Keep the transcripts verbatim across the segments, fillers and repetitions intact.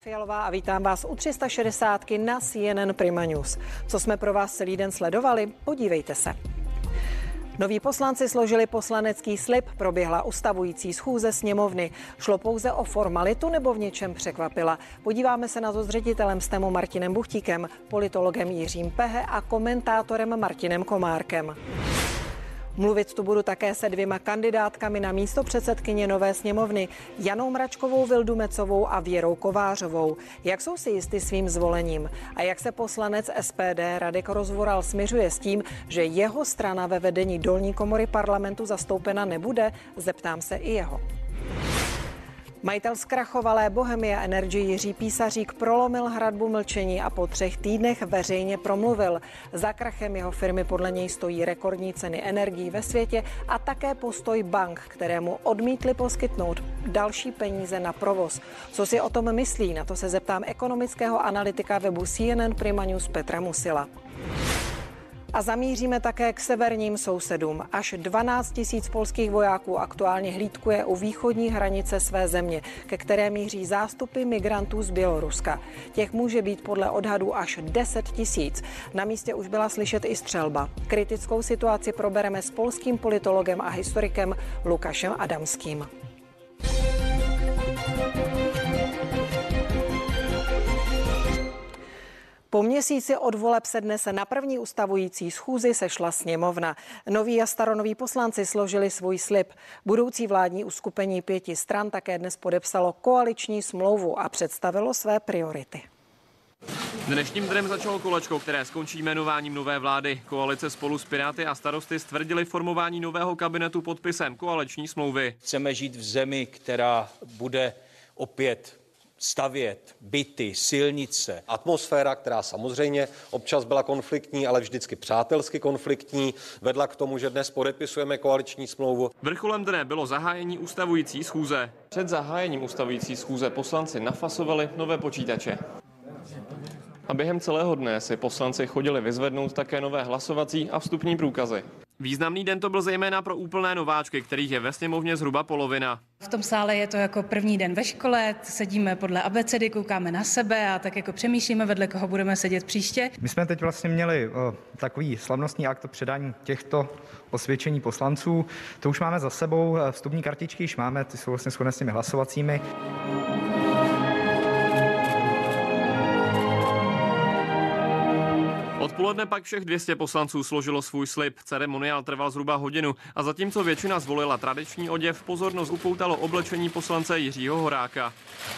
Fialová a vítám vás u tři sta šedesát na C N N Prima News. Co jsme pro vás celý den sledovali? Podívejte se. Noví poslanci složili poslanecký slib, proběhla ustavující schůze sněmovny. Šlo pouze o formalitu nebo v něčem překvapila? Podíváme se na to s ředitelem STEMu Martinem Buchtíkem, politologem Jiřím Pehe a komentátorem Martinem Komárkem. Mluvit tu budu také se dvěma kandidátkami na místo předsedkyně nové sněmovny, Janou Mračkovou Vildumecovou a Věrou Kovářovou. Jak jsou si jisty svým zvolením a jak se poslanec S P D Radek Rozvoral smiřuje s tím, že jeho strana ve vedení dolní komory parlamentu zastoupena nebude, zeptám se i jeho. Majitel zkrachovalé Bohemia Energy Jiří Písařík prolomil hradbu mlčení a po třech týdnech veřejně promluvil. Za krachem jeho firmy podle něj stojí rekordní ceny energií ve světě a také postoj bank, kterému odmítli poskytnout další peníze na provoz. Co si o tom myslí, na to se zeptám ekonomického analytika webu C N N Prima News Petra Musila. A zamíříme také k severním sousedům. Až dvanáct tisíc polských vojáků aktuálně hlídkuje u východní hranice své země, ke které míří zástupy migrantů z Běloruska. Těch může být podle odhadů až deset tisíc. Na místě už byla slyšet i střelba. Kritickou situaci probereme s polským politologem a historikem Lukášem Adamským. Po měsíci od voleb se dnes na první ustavující schůzi sešla sněmovna. Noví a staronoví poslanci složili svůj slib. Budoucí vládní uskupení pěti stran také dnes podepsalo koaliční smlouvu a představilo své priority. Dnešním dnem začalo kolečko, které skončí jmenováním nové vlády. Koalice Spolu s Piráty a Starosty stvrdili formování nového kabinetu podpisem koaliční smlouvy. Chceme žít v zemi, která bude opět stavět byty, silnice. Atmosféra, která samozřejmě občas byla konfliktní, ale vždycky přátelsky konfliktní, vedla k tomu, že dnes podepisujeme koaliční smlouvu. Vrcholem dne bylo zahájení ustavující schůze. Před zahájením ustavující schůze poslanci nafasovali nové počítače. A během celého dne si poslanci chodili vyzvednout také nové hlasovací a vstupní průkazy. Významný den to byl zejména pro úplné nováčky, kterých je ve sněmovně zhruba polovina. V tom sále je to jako první den ve škole, sedíme podle abecedy, koukáme na sebe a tak jako přemýšlíme, vedle koho budeme sedět příště. My jsme teď vlastně měli o, takový slavnostní akt o předání těchto osvědčení poslanců. To už máme za sebou, vstupní kartičky již máme, ty jsou vlastně shodné s těmi hlasovacími. Odpoledne pak všech dvě stě poslanců složilo svůj slib. Ceremoniál trval zhruba hodinu a zatímco většina zvolila tradiční oděv, pozornost upoutalo oblečení poslance Jiřího Horáka.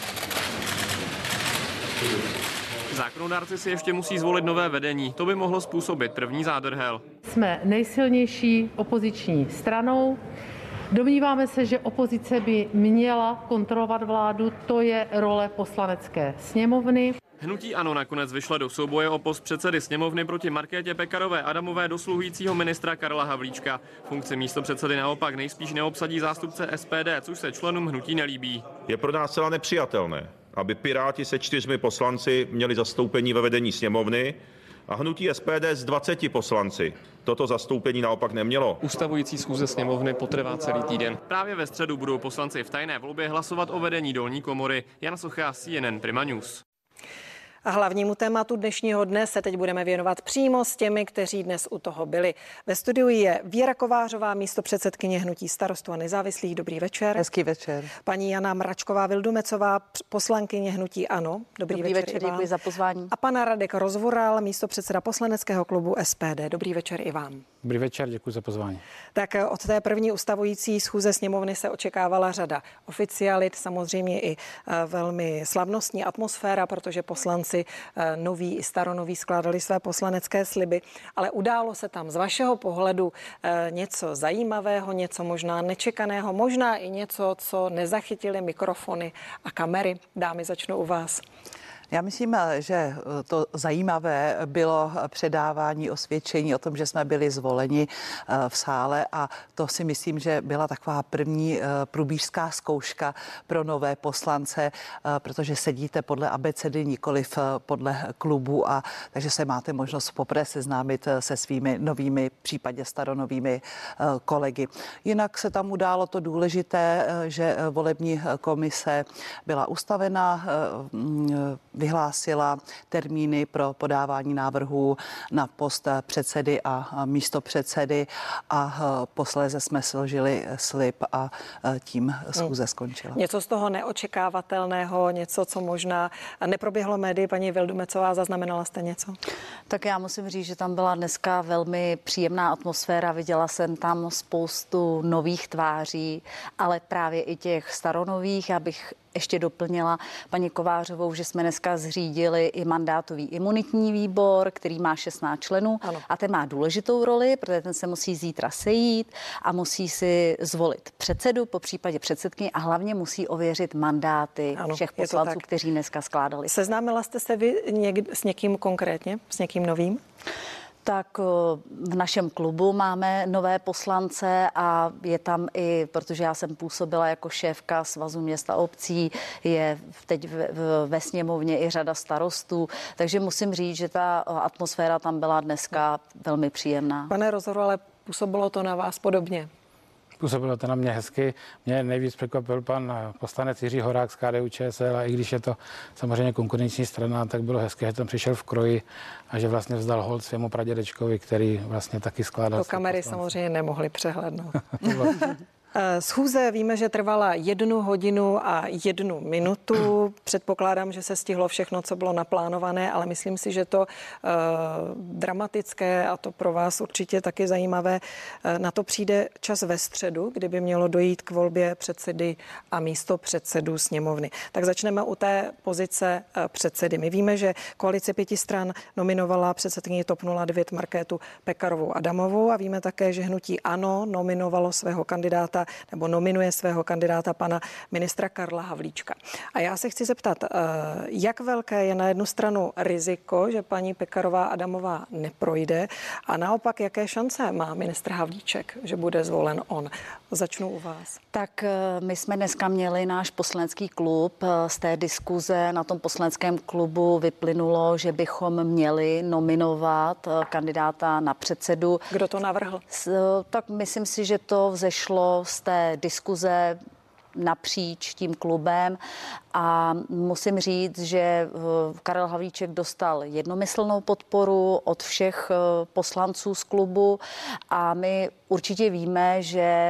Zákonodárci si ještě musí zvolit nové vedení. To by mohlo způsobit první zádrhel. Jsme nejsilnější opoziční stranou. Domníváme se, že opozice by měla kontrolovat vládu, to je role poslanecké sněmovny. Hnutí ANO nakonec vyšle do souboje o post předsedy sněmovny proti Markétě Pekarové Adamové dosluhujícího ministra Karla Havlíčka. Funkci místopředsedy naopak nejspíš neobsadí zástupce S P D, což se členům hnutí nelíbí. Je pro nás celá nepřijatelné, aby Piráti se čtyřmi poslanci měli zastoupení ve vedení sněmovny a hnutí S P D s dvaceti poslanci toto zastoupení naopak nemělo. Ustavující schůze sněmovny potrvá celý týden. Právě ve středu budou poslanci v tajné volbě hlasovat o vedení dolní komory. Jan Socha, C N N Prima News. A hlavnímu tématu dnešního dne se teď budeme věnovat přímo s těmi, kteří dnes u toho byli. Ve studiu je Věra Kovářová, místopředsedkyně hnutí Starostů a nezávislých. Dobrý večer. Hezký večer. Paní Jana Mračková Vildumecová, poslankyně hnutí ANO. Dobrý, Dobrý večer, večer, děkuji za pozvání. A pana Radek Rozvoral, místopředseda poslaneckého klubu S P D. Dobrý večer i vám. Dobrý večer, děkuji za pozvání. Tak od té první ustavující schůze sněmovny se očekávala řada oficialit, samozřejmě i velmi slavnostní atmosféra, protože poslanci noví i staronoví skládali své poslanecké sliby, ale událo se tam z vašeho pohledu něco zajímavého, něco možná nečekaného, možná i něco, co nezachytili mikrofony a kamery. Dámy, začnu u vás. Já myslím, že to zajímavé bylo předávání osvědčení o tom, že jsme byli zvoleni v sále a to si myslím, že byla taková první průběžská zkouška pro nové poslance, protože sedíte podle abecedy, nikoliv podle klubu a takže se máte možnost poprvé seznámit se svými novými, případně staronovými kolegy. Jinak se tam událo to důležité, že volební komise byla ustavena, vyhlásila termíny pro podávání návrhů na post předsedy a místopředsedy a posléze jsme složili slib a tím schůze skončila. Něco z toho neočekávatelného, něco, co možná neproběhlo médii. Paní Vildumecová, zaznamenala jste něco? Tak já musím říct, že tam byla dneska velmi příjemná atmosféra. Viděla jsem tam spoustu nových tváří, ale právě i těch staronových. Já bych ještě doplnila paní Kovářovou, že jsme dneska zřídili i mandátový imunitní výbor, který má šestnáct členů. Ano. A ten má důležitou roli, protože ten se musí zítra sejít a musí si zvolit předsedu, po případě předsedkyni a hlavně musí ověřit mandáty ano, všech poslanců, kteří dneska skládali. Seznámila jste se vy někdy s někým konkrétně, s někým novým? Tak v našem klubu máme nové poslance a je tam i, protože já jsem působila jako šéfka Svazu měst a obcí, je teď ve, ve sněmovně i řada starostů, takže musím říct, že ta atmosféra tam byla dneska velmi příjemná. Pane Rozhoru, ale působilo to na vás podobně? Působilo to na mě hezky. Mě nejvíc překvapil pan poslanec Jiří Horák z K D U Č S L a i když je to samozřejmě konkurenční strana, tak bylo hezké, že tam přišel v kroji a že vlastně vzdal hold svému pradědečkovi, který vlastně taky skládal. To kamery poslance samozřejmě nemohly přehlédnout. Schůze víme, že trvala jednu hodinu a jednu minutu. Předpokládám, že se stihlo všechno, co bylo naplánované, ale myslím si, že to uh, dramatické a to pro vás určitě taky zajímavé. Uh, na to přijde čas ve středu, kdyby mělo dojít k volbě předsedy a místo předsedu sněmovny. Tak začneme u té pozice uh, předsedy. My víme, že koalice pěti stran nominovala předsedkyni TOP nula devět Markétu Pekarovou Adamovou a víme také, že hnutí ANO nominovalo svého kandidáta nebo nominuje svého kandidáta pana ministra Karla Havlíčka. A já se chci zeptat, jak velké je na jednu stranu riziko, že paní Pekarová Adamová neprojde a naopak jaké šance má ministr Havlíček, že bude zvolen on? Začnu u vás. Tak my jsme dneska měli náš poslanecký klub. Z té diskuze na tom poslaneckém klubu vyplynulo, že bychom měli nominovat kandidáta na předsedu. Kdo to navrhl? Tak myslím si, že to vzešlo z té diskuze napříč tím klubem a musím říct, že Karel Havlíček dostal jednomyslnou podporu od všech poslanců z klubu a my určitě víme, že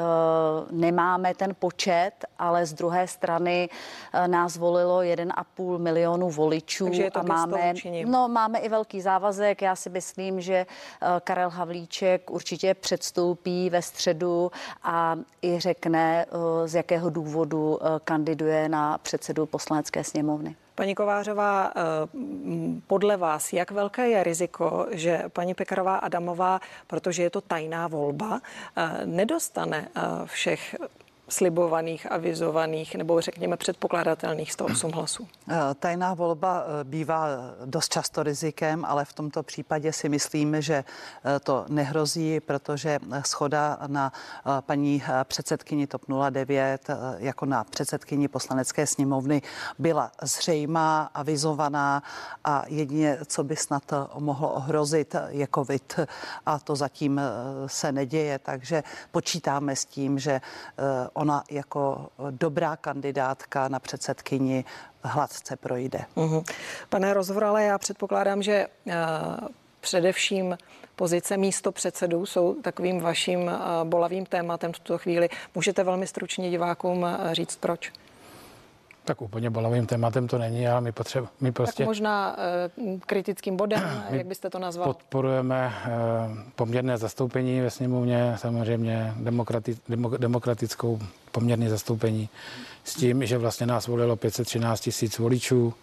nemáme ten počet, ale z druhé strany nás volilo jeden a půl milionu voličů. Takže je to a máme, no, máme i velký závazek. Já si myslím, že Karel Havlíček určitě předstoupí ve středu a i řekne, z jakého důvodu kandiduje na předsedu Poslanecké sněmovny. Paní Kovářová, podle vás, jak velké je riziko, že paní Pekarová Adamová, protože je to tajná volba, nedostane všech slibovaných, avizovaných nebo řekněme předpokládatelných sto osm hlasů? Tajná volba bývá dost často rizikem, ale v tomto případě si myslím, že to nehrozí, protože shoda na paní předsedkyni TOP nula devět jako na předsedkyni Poslanecké sněmovny byla zřejmá, avizovaná a jedině, co by snad mohlo ohrozit, je covid a to zatím se neděje, takže počítáme s tím, že ona jako dobrá kandidátka na předsedkyni hladce projde. Uhum. Pane Rozvor, ale já předpokládám, že uh, především pozice místo předsedů jsou takovým vaším uh, bolavým tématem v tuto chvíli. Můžete velmi stručně divákům uh, říct proč? Tak úplně bolavým tématem to není, ale my, potřeba, my prostě... Tak možná uh, kritickým bodem, jak byste to nazval? Podporujeme uh, poměrné zastoupení ve sněmovně, samozřejmě demokrati, demo, demokratickou poměrné zastoupení s tím, že vlastně nás volilo pět set třináct tisíc voličů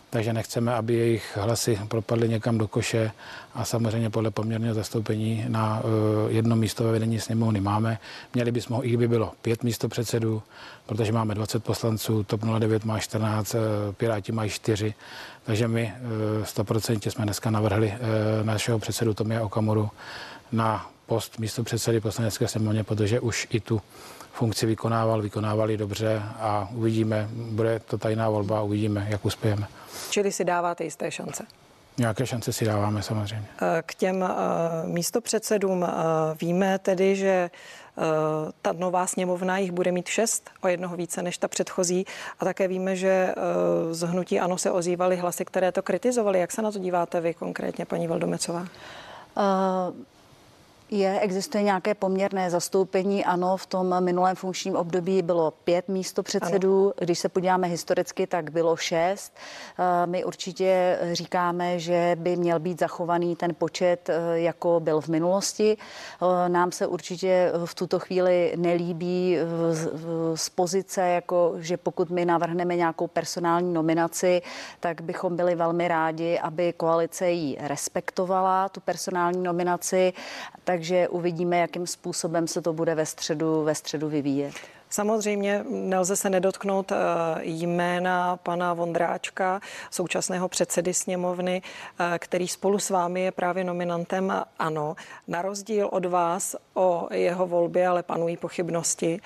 takže nechceme, aby jejich hlasy propadly někam do koše a samozřejmě podle poměrného zastoupení na jedno místo ve vedení sněmovny máme. Měli bychom ho, i kdyby bylo pět místopředsedů, protože máme dvacet poslanců, TOP nula devět má čtrnáct, Piráti mají čtyři, takže my sto procent jsme dneska navrhli našeho předsedu Tomia Okamuru na post místopředsedy Poslanecké sněmovny, protože už i tu funkci vykonával, vykonávali dobře a uvidíme, bude to tajná volba, uvidíme, jak uspějeme. Čili si dáváte jisté šance? Nějaké šance si dáváme samozřejmě. K těm uh, místopředsedům uh, víme tedy, že uh, ta nová sněmovna jich bude mít šest, o jednoho více než ta předchozí. A také víme, že uh, z hnutí ANO se ozývaly hlasy, které to kritizovaly. Jak se na to díváte vy konkrétně, paní Vildumetzová? Uh... Je, existuje nějaké poměrné zastoupení, ano, v tom minulém funkčním období bylo pět místopředsedů, ano. Když se podíváme historicky, tak bylo šest. My určitě říkáme, že by měl být zachovaný ten počet, jako byl v minulosti. Nám se určitě v tuto chvíli nelíbí z pozice, jako že pokud my navrhneme nějakou personální nominaci, tak bychom byli velmi rádi, aby koalice ji respektovala, tu personální nominaci. Tak Takže uvidíme, jakým způsobem se to bude ve středu, ve středu vyvíjet. Samozřejmě nelze se nedotknout jména pana Vondráčka, současného předsedy sněmovny, který spolu s vámi je právě nominantem ANO. Na rozdíl od vás o jeho volbě ale panují pochybnosti.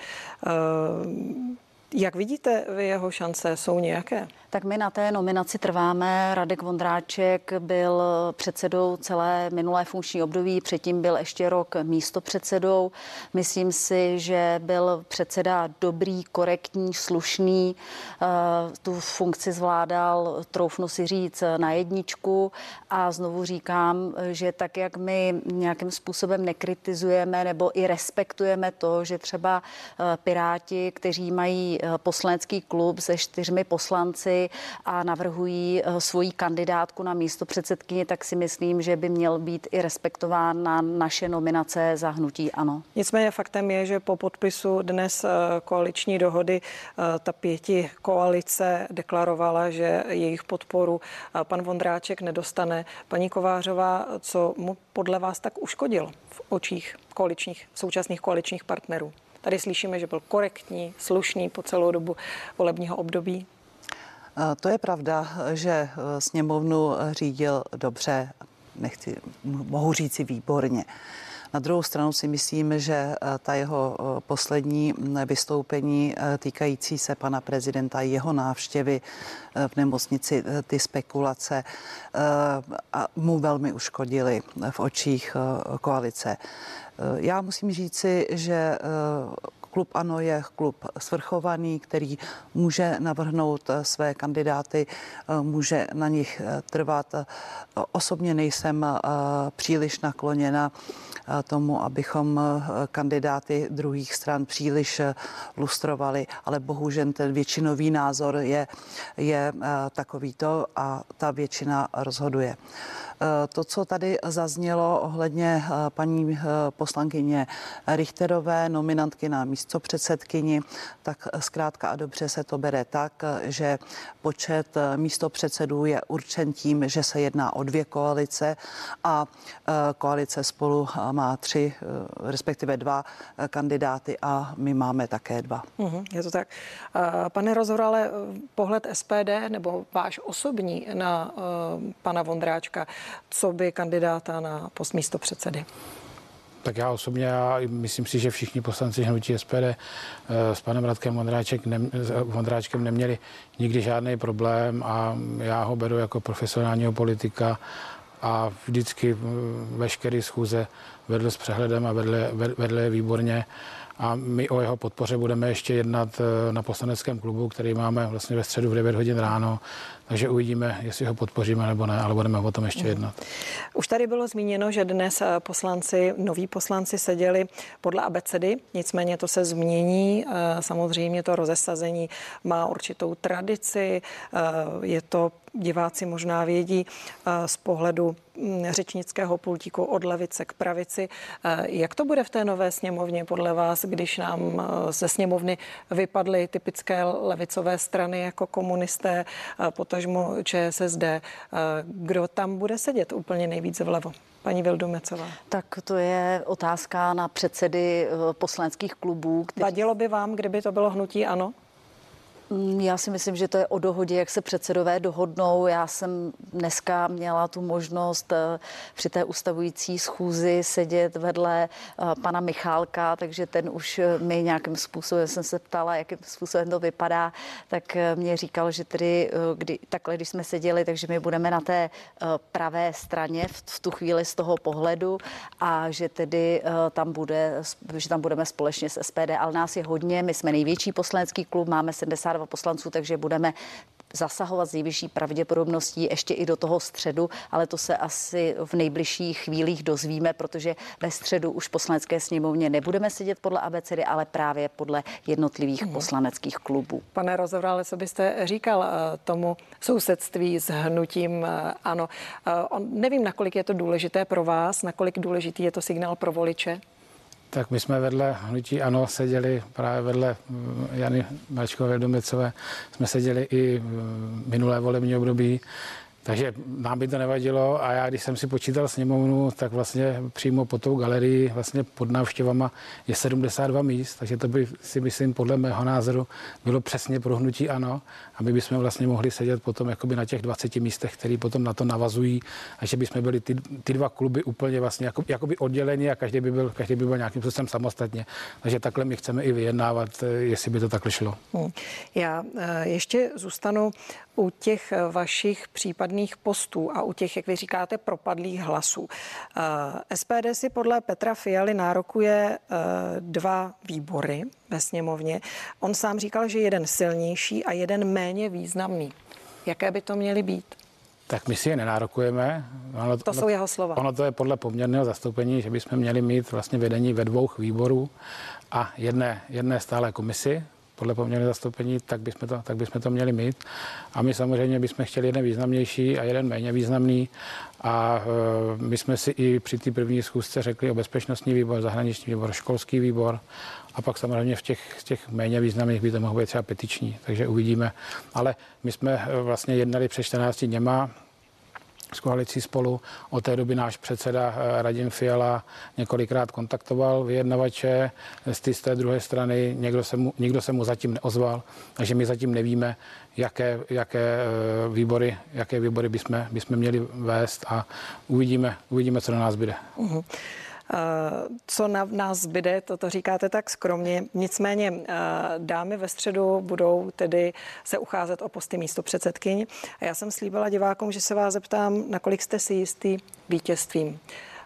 Jak vidíte vy jeho šance? Jsou nějaké? Tak my na té nominaci trváme. Radek Vondráček byl předsedou celé minulé funkční období, předtím byl ještě rok místopředsedou. Myslím si, že byl předseda dobrý, korektní, slušný. Tu funkci zvládal, troufnu si říct, na jedničku. A znovu říkám, že tak, jak my nějakým způsobem nekritizujeme nebo i respektujeme to, že třeba Piráti, kteří mají poslanecký klub se čtyřmi poslanci a navrhují svoji kandidátku na místopředsedkyni, tak si myslím, že by měl být i respektován na naše nominace za hnutí ANO. Nicméně faktem je, že po podpisu dnes koaliční dohody ta pěti koalice deklarovala, že jejich podporu pan Vondráček nedostane. Paní Kovářová, co mu podle vás tak uškodilo v očích koaličních, současných koaličních partnerů? Tady slyšíme, že byl korektní, slušný po celou dobu volebního období. To je pravda, že sněmovnu řídil dobře, nechci, mohu říci výborně. Na druhou stranu si myslím, že ta jeho poslední vystoupení týkající se pana prezidenta, jeho návštěvy v nemocnici, ty spekulace mu velmi uškodily v očích koalice. Já musím říci, že klub ANO je klub svrchovaný, který může navrhnout své kandidáty, může na nich trvat. Osobně nejsem příliš nakloněna tomu, abychom kandidáty druhých stran příliš lustrovali, ale bohužel ten většinový názor je, je takovýto a ta většina rozhoduje. To, co tady zaznělo ohledně paní poslankyně Richterové, nominantky na místopředsedkyni, tak zkrátka a dobře se to bere tak, že počet místopředsedů je určen tím, že se jedná o dvě koalice a koalice Spolu má tři, respektive dva kandidáty a my máme také dva. Uhum, je to tak. Pane Rozvorale, pohled S P D nebo váš osobní na uh, pana Vondráčka, co by kandidáta na post místopředsedy? Tak já osobně, já myslím si, že všichni poslanci hnutí S P D s panem Radkem Vondráček ne, Vondráčkem neměli nikdy žádný problém a já ho beru jako profesionálního politika a vždycky veškeré schůze vedl s přehledem a vedle, vedle je výborně. A my o jeho podpoře budeme ještě jednat na poslaneckém klubu, který máme vlastně ve středu v devět hodin ráno. Takže uvidíme, jestli ho podpoříme nebo ne, ale budeme o tom ještě jednat. Už tady bylo zmíněno, že dnes poslanci, noví poslanci seděli podle abecedy, nicméně to se změní. Samozřejmě to rozesazení má určitou tradici, je to diváci možná vědí z pohledu řečnického pultíku od levice k pravici. Jak to bude v té nové sněmovně podle vás, když nám ze sněmovny vypadly typické levicové strany jako komunisté, potažmo ČSSD? Kdo tam bude sedět úplně nejvíc vlevo? Paní Vildumetzová. Tak to je otázka na předsedy poslaneckých klubů. Který... Vadilo by vám, kdyby to bylo hnutí ANO? Já si myslím, že to je o dohodě, jak se předsedové dohodnou. Já jsem dneska měla tu možnost při té ustavující schůzi sedět vedle pana Michálka, takže ten už mi nějakým způsobem, jsem se ptala, jakým způsobem to vypadá, tak mě říkal, že tedy kdy, takhle, když jsme seděli, takže my budeme na té pravé straně v, v tu chvíli z toho pohledu a že tedy tam bude, že tam budeme společně s S P D, ale nás je hodně, my jsme největší poslanecký klub, máme sedmdesát dva poslanců, takže budeme zasahovat s nejvyšší pravděpodobností ještě i do toho středu, ale to se asi v nejbližších chvílích dozvíme, protože ve středu už v poslanecké sněmovně nebudeme sedět podle abecedy, ale právě podle jednotlivých hmm. poslaneckých klubů. Pane Rozevrale, co byste říkal tomu sousedství s hnutím ANO? On, nevím, nakolik je to důležité pro vás, nakolik důležitý je to signál pro voliče? Tak my jsme vedle hnutí ANO seděli právě vedle Jany Mračkové Vildumetzové, jsme seděli i minulé volební období, takže nám by to nevadilo a já, když jsem si počítal sněmovnu, tak vlastně přímo pod tou galerii, vlastně pod návštěvama je sedmdesát dva míst, takže to by si myslím podle mého názoru bylo přesně pro hnutí ANO, aby bychom vlastně mohli sedět potom jakoby na těch dvaceti místech, které potom na to navazují a že bychom byli ty, ty dva kluby úplně vlastně jako, jakoby odděleni a každý by byl, každý by byl nějakým způsobem samostatně. Takže takhle my chceme i vyjednávat, jestli by to takhle šlo. Hmm. Já ještě zůstanu u těch vašich případných postů a u těch, jak vy říkáte, propadlých hlasů. S P D si podle Petra Fialy nárokuje dva výbory ve sněmovně. On sám říkal, že jeden silnější a jeden méně významný. Jaké by to měly být? Tak my si je nenárokujeme. Ono, to jsou jeho slova. Ono to je podle poměrného zastoupení, že bychom měli mít vlastně vedení ve dvou výborů a jedné, jedné stálé komisi. Podle poměrného zastoupení, tak bychom, to, tak bychom to měli mít. A my samozřejmě bychom chtěli jeden významnější a jeden méně významný. A e, my jsme si i při té první schůzce řekli o bezpečnostní výbor, zahraniční výbor, školský výbor. A pak samozřejmě v těch, z těch méně významných by to mohlo být třeba petiční, takže uvidíme. Ale my jsme vlastně jednali před čtrnácti dněma s koalicí Spolu. Od té doby náš předseda Radim Fiala několikrát kontaktoval vyjednavače z té, z té druhé strany. Někdo se, mu, nikdo se mu zatím neozval, takže my zatím nevíme, jaké, jaké výbory, jaké výbory bychom, bychom měli vést a uvidíme, uvidíme, co na nás bude. Uh-huh. Co na nás zbyde, toto říkáte tak skromně. Nicméně dámy ve středu budou tedy se ucházet o posty místopředsedkyň. A já jsem slíbila divákům, že se vás zeptám, nakolik jste si jistý vítězstvím.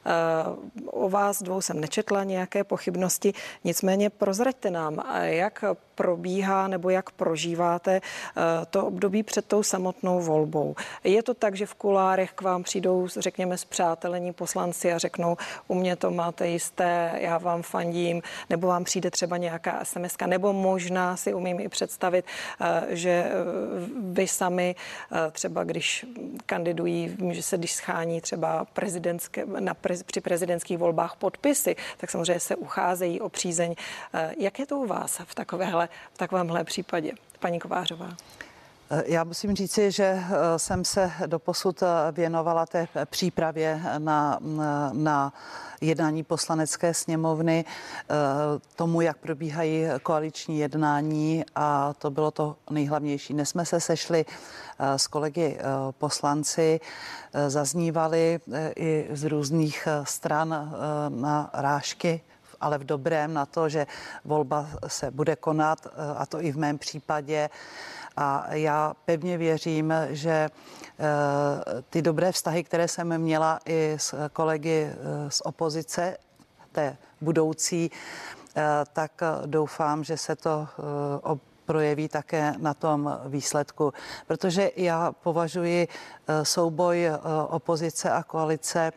O vás dvou jsem nečetla nějaké pochybnosti, nicméně prozraďte nám, jak probíhá nebo jak prožíváte to období před tou samotnou volbou. Je to tak, že v kulárech k vám přijdou, řekněme, spřátelení poslanci a řeknou, u mě to máte jisté, já vám fandím, nebo vám přijde třeba nějaká es em eska, nebo možná si umím i představit, že vy sami třeba, když kandidují, vím, že se když schání třeba prezidentské, na prez, při prezidentských volbách podpisy, tak samozřejmě se ucházejí o přízeň. Jak je to u vás v takovéhle, v takovémhle případě, paní Kovářová? Já musím říci, že jsem se doposud věnovala té přípravě na, na jednání poslanecké sněmovny, tomu, jak probíhají koaliční jednání a to bylo to nejhlavnější. Dnes jsme se sešli s kolegy poslanci, zaznívali i z různých stran narážky, ale v dobrém na to, že volba se bude konat, a to i v mém případě. A já pevně věřím, že ty dobré vztahy, které jsem měla i s kolegy z opozice, té budoucí, tak doufám, že se to projeví také na tom výsledku. Protože já považuji souboj opozice a koalice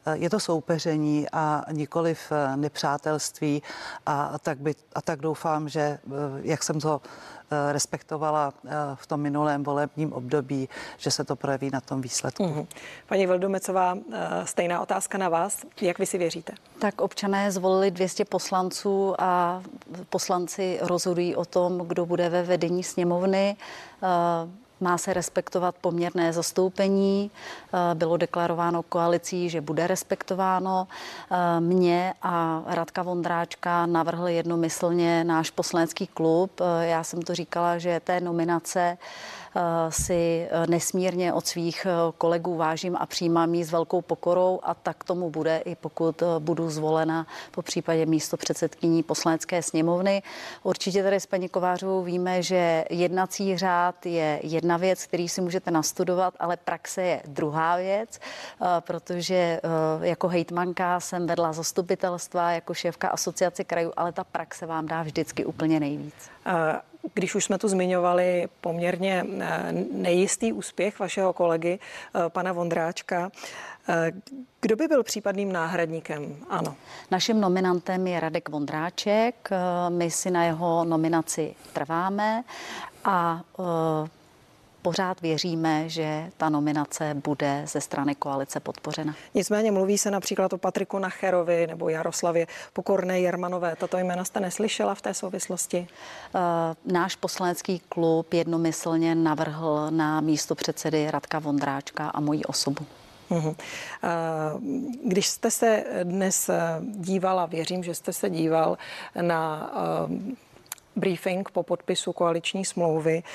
je to soupeření a nikoliv nepřátelství a tak, by, a tak doufám, že jak jsem to respektovala v tom minulém volebním období, že se to projeví na tom výsledku. Mm-hmm. Paní Vildumetzová, stejná otázka na vás. Jak vy si věříte? Tak občané zvolili dvě stě poslanců a poslanci rozhodují o tom, kdo bude ve vedení sněmovny. Má se respektovat poměrné zastoupení. Bylo deklarováno koalicí, že bude respektováno. Mě a Radka Vondráčka navrhl jednomyslně náš poslanecký klub. Já jsem to říkala, že té nominace si nesmírně od svých kolegů vážím a přijímám ji s velkou pokorou a tak tomu bude, i pokud budu zvolena po případě místo předsedkyní Poslanecké sněmovny. Určitě tady s paní Kovářovou víme, že jednací řád je jedna věc, který si můžete nastudovat, ale praxe je druhá věc, protože jako hejtmanka jsem vedla zastupitelstva, jako šéfka asociace krajů, ale ta praxe vám dá vždycky úplně nejvíc. Když už jsme tu zmiňovali poměrně nejistý úspěch vašeho kolegy, pana Vondráčka, kdo by byl případným náhradníkem? Ano. Naším nominantem je Radek Vondráček. My si na jeho nominaci trváme a pořád věříme, že ta nominace bude ze strany koalice podpořena. Nicméně mluví se například o Patriku Nacherovi nebo Jaroslavě Pokorné Jermanové. Tato jména jste neslyšela v té souvislosti? Náš poslanecký klub jednomyslně navrhl na místo předsedy Radka Vondráčka a moji osobu. Uhum. Když jste se dnes dívala, věřím, že jste se díval na briefing po podpisu koaliční smlouvy,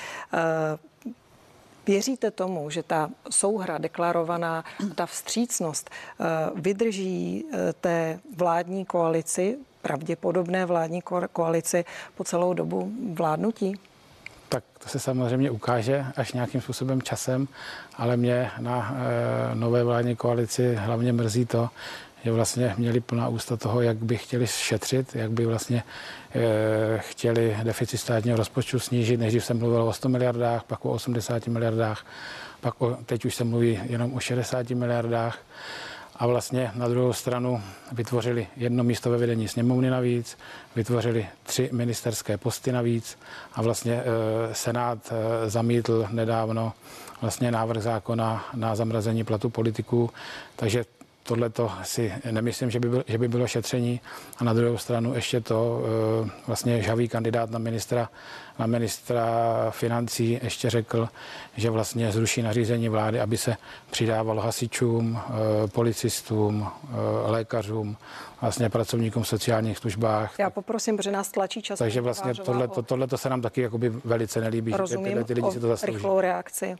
věříte tomu, že ta souhra deklarovaná, ta vstřícnost vydrží té vládní koalici, pravděpodobné vládní koalici po celou dobu vládnutí? Tak to se samozřejmě ukáže až nějakým způsobem časem, ale mě na e, nové vládní koalici hlavně mrzí to, že vlastně měli plná ústa toho, jak by chtěli šetřit, jak by vlastně e, chtěli deficit státního rozpočtu snížit. Nejdřív se mluvilo o sto miliardách, pak o osmdesáti miliardách, pak o, teď už se mluví jenom o šedesáti miliardách. A vlastně na druhou stranu vytvořili jedno místo ve vedení sněmovny navíc, vytvořili tři ministerské posty navíc a vlastně e, Senát e, zamítl nedávno vlastně návrh zákona na zamrazení platu politiků, takže tohleto si nemyslím, že by, byl, že by bylo šetření. A na druhou stranu ještě to e, vlastně žhavý kandidát na ministra, na ministra financí ještě řekl, že vlastně zruší nařízení vlády, aby se přidávalo hasičům, e, policistům, e, lékařům, vlastně pracovníkům v sociálních službách. Já poprosím, protože nás tlačí čas. Takže vlastně tohleto, tohleto se nám taky jakoby velice nelíbí. Rozumím, že tyhle ty lidi si to zaslouží. Rychlou reakci.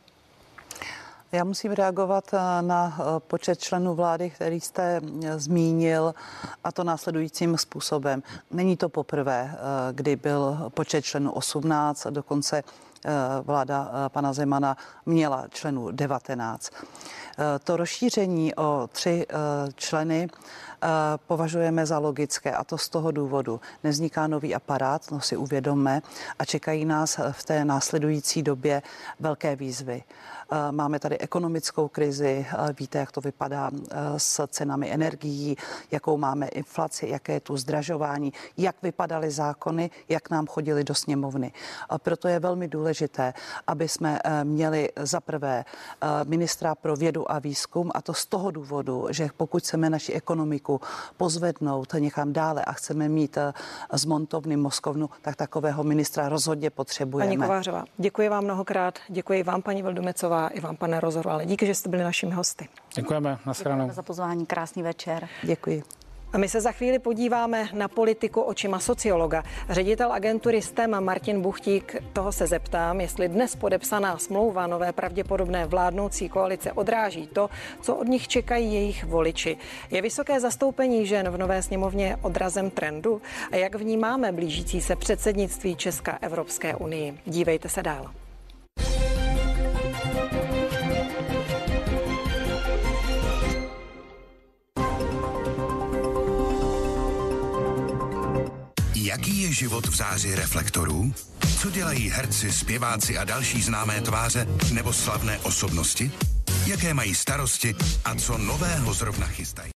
Já musím reagovat na počet členů vlády, který jste zmínil, a to následujícím způsobem. Není to poprvé, kdy byl počet členů osmnáct, dokonce vláda pana Zemana měla členů devatenáct. To rozšíření o tři členy považujeme za logické, a to z toho důvodu. Nevzniká nový aparát, to si uvědomme, a čekají nás v té následující době velké výzvy. Máme tady ekonomickou krizi, víte, jak to vypadá s cenami energií, jakou máme inflaci, jaké je tu zdražování, jak vypadaly zákony, jak nám chodili do sněmovny. A proto je velmi důležité, aby jsme měli za prvé ministra pro vědu a výzkum, a to z toho důvodu, že pokud chceme naši ekonomiku pozvednout někam dále a chceme mít z montovny mozkovnu, tak takového ministra rozhodně potřebujeme. Paní Kovářová, děkuji vám mnohokrát, děkuji vám, paní Vildumetzová, i vám, pane Rozorvale. Díky, že jste byli našimi hosty. Děkujeme, nashledanou. Za pozvání, krásný večer. Děkuji. A my se za chvíli podíváme na politiku očima sociologa. Ředitel agentury S T E M Martin Buchtík, toho se zeptám, jestli dnes podepsaná smlouva nové pravděpodobné vládnoucí koalice odráží to, co od nich čekají jejich voliči. Je vysoké zastoupení žen v nové sněmovně odrazem trendu? A jak vnímáme blížící se předsednictví Česka Evropské unii? Dívejte se dál. Jaký je život v záři reflektorů? Co dělají herci, zpěváci a další známé tváře nebo slavné osobnosti? Jaké mají starosti a co nového zrovna chystají?